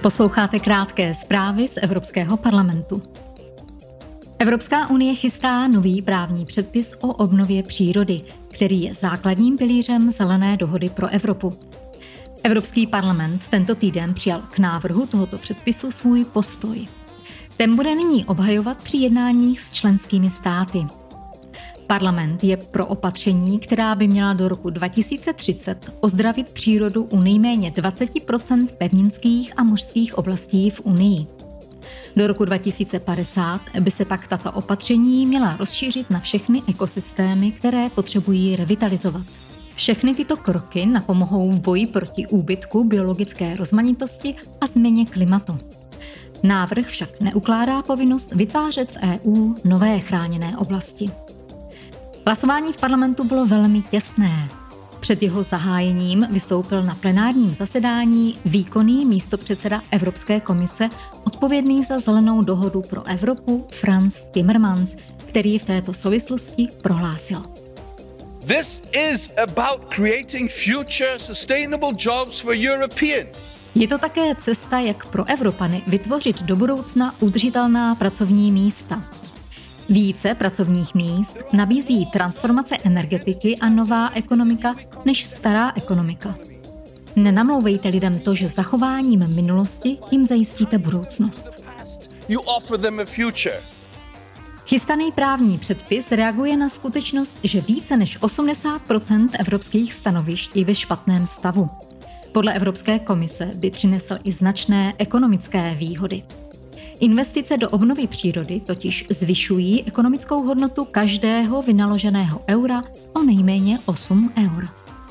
Posloucháte krátké zprávy z Evropského parlamentu. Evropská unie chystá nový právní předpis o obnově přírody, který je základním pilířem Zelené dohody pro Evropu. Evropský parlament tento týden přijal k návrhu tohoto předpisu svůj postoj. Ten bude nyní obhajovat při jednáních s členskými státy. Parlament je pro opatření, která by měla do roku 2030 ozdravit přírodu u nejméně 20% pevninských a mořských oblastí v Unii. Do roku 2050 by se pak tato opatření měla rozšířit na všechny ekosystémy, které potřebují revitalizovat. Všechny tyto kroky napomohou v boji proti úbytku biologické rozmanitosti a změně klimatu. Návrh však neukládá povinnost vytvářet v EU nové chráněné oblasti. Hlasování v parlamentu bylo velmi těsné. Před jeho zahájením vystoupil na plenárním zasedání výkonný místopředseda Evropské komise odpovědný za Zelenou dohodu pro Evropu Frans Timmermans, který v této souvislosti prohlásil. This is about creating future sustainable jobs for Europeans. Je to také cesta, jak pro Evropany vytvořit do budoucna udržitelná pracovní místa. Více pracovních míst nabízí transformace energetiky a nová ekonomika než stará ekonomika. Nenamlouvejte lidem to, že zachováním minulosti jim zajistíte budoucnost. You offer them a future. Chystaný právní předpis reaguje na skutečnost, že více než 80% evropských stanovišť je ve špatném stavu. Podle Evropské komise by přinesl i značné ekonomické výhody. Investice do obnovy přírody totiž zvyšují ekonomickou hodnotu každého vynaloženého eura o nejméně 8 eur.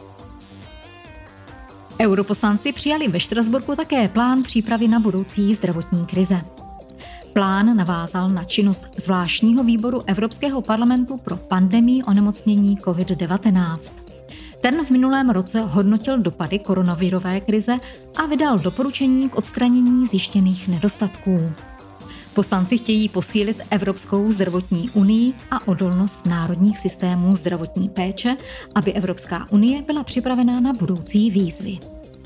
Europoslanci přijali ve Štrasburku také plán přípravy na budoucí zdravotní krize. Plán navázal na činnost zvláštního výboru Evropského parlamentu pro pandemii onemocnění COVID-19. Ten v minulém roce hodnotil dopady koronavirové krize a vydal doporučení k odstranění zjištěných nedostatků. Poslanci chtějí posílit Evropskou zdravotní unii a odolnost národních systémů zdravotní péče, aby Evropská unie byla připravená na budoucí výzvy.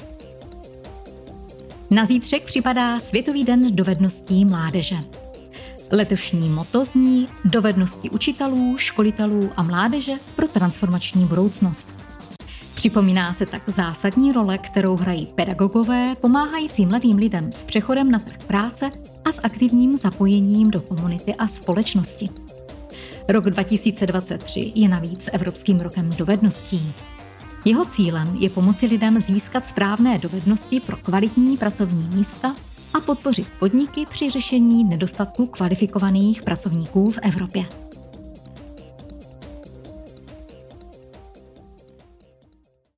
Na zítřek připadá Světový den dovedností mládeže. Letošní motto zní Dovednosti učitelů, školitelů a mládeže pro transformační budoucnost. Připomíná se tak zásadní role, kterou hrají pedagogové, pomáhající mladým lidem s přechodem na trh práce a s aktivním zapojením do komunity a společnosti. Rok 2023 je navíc Evropským rokem dovedností. Jeho cílem je pomoci lidem získat správné dovednosti pro kvalitní pracovní místa a podpořit podniky při řešení nedostatku kvalifikovaných pracovníků v Evropě.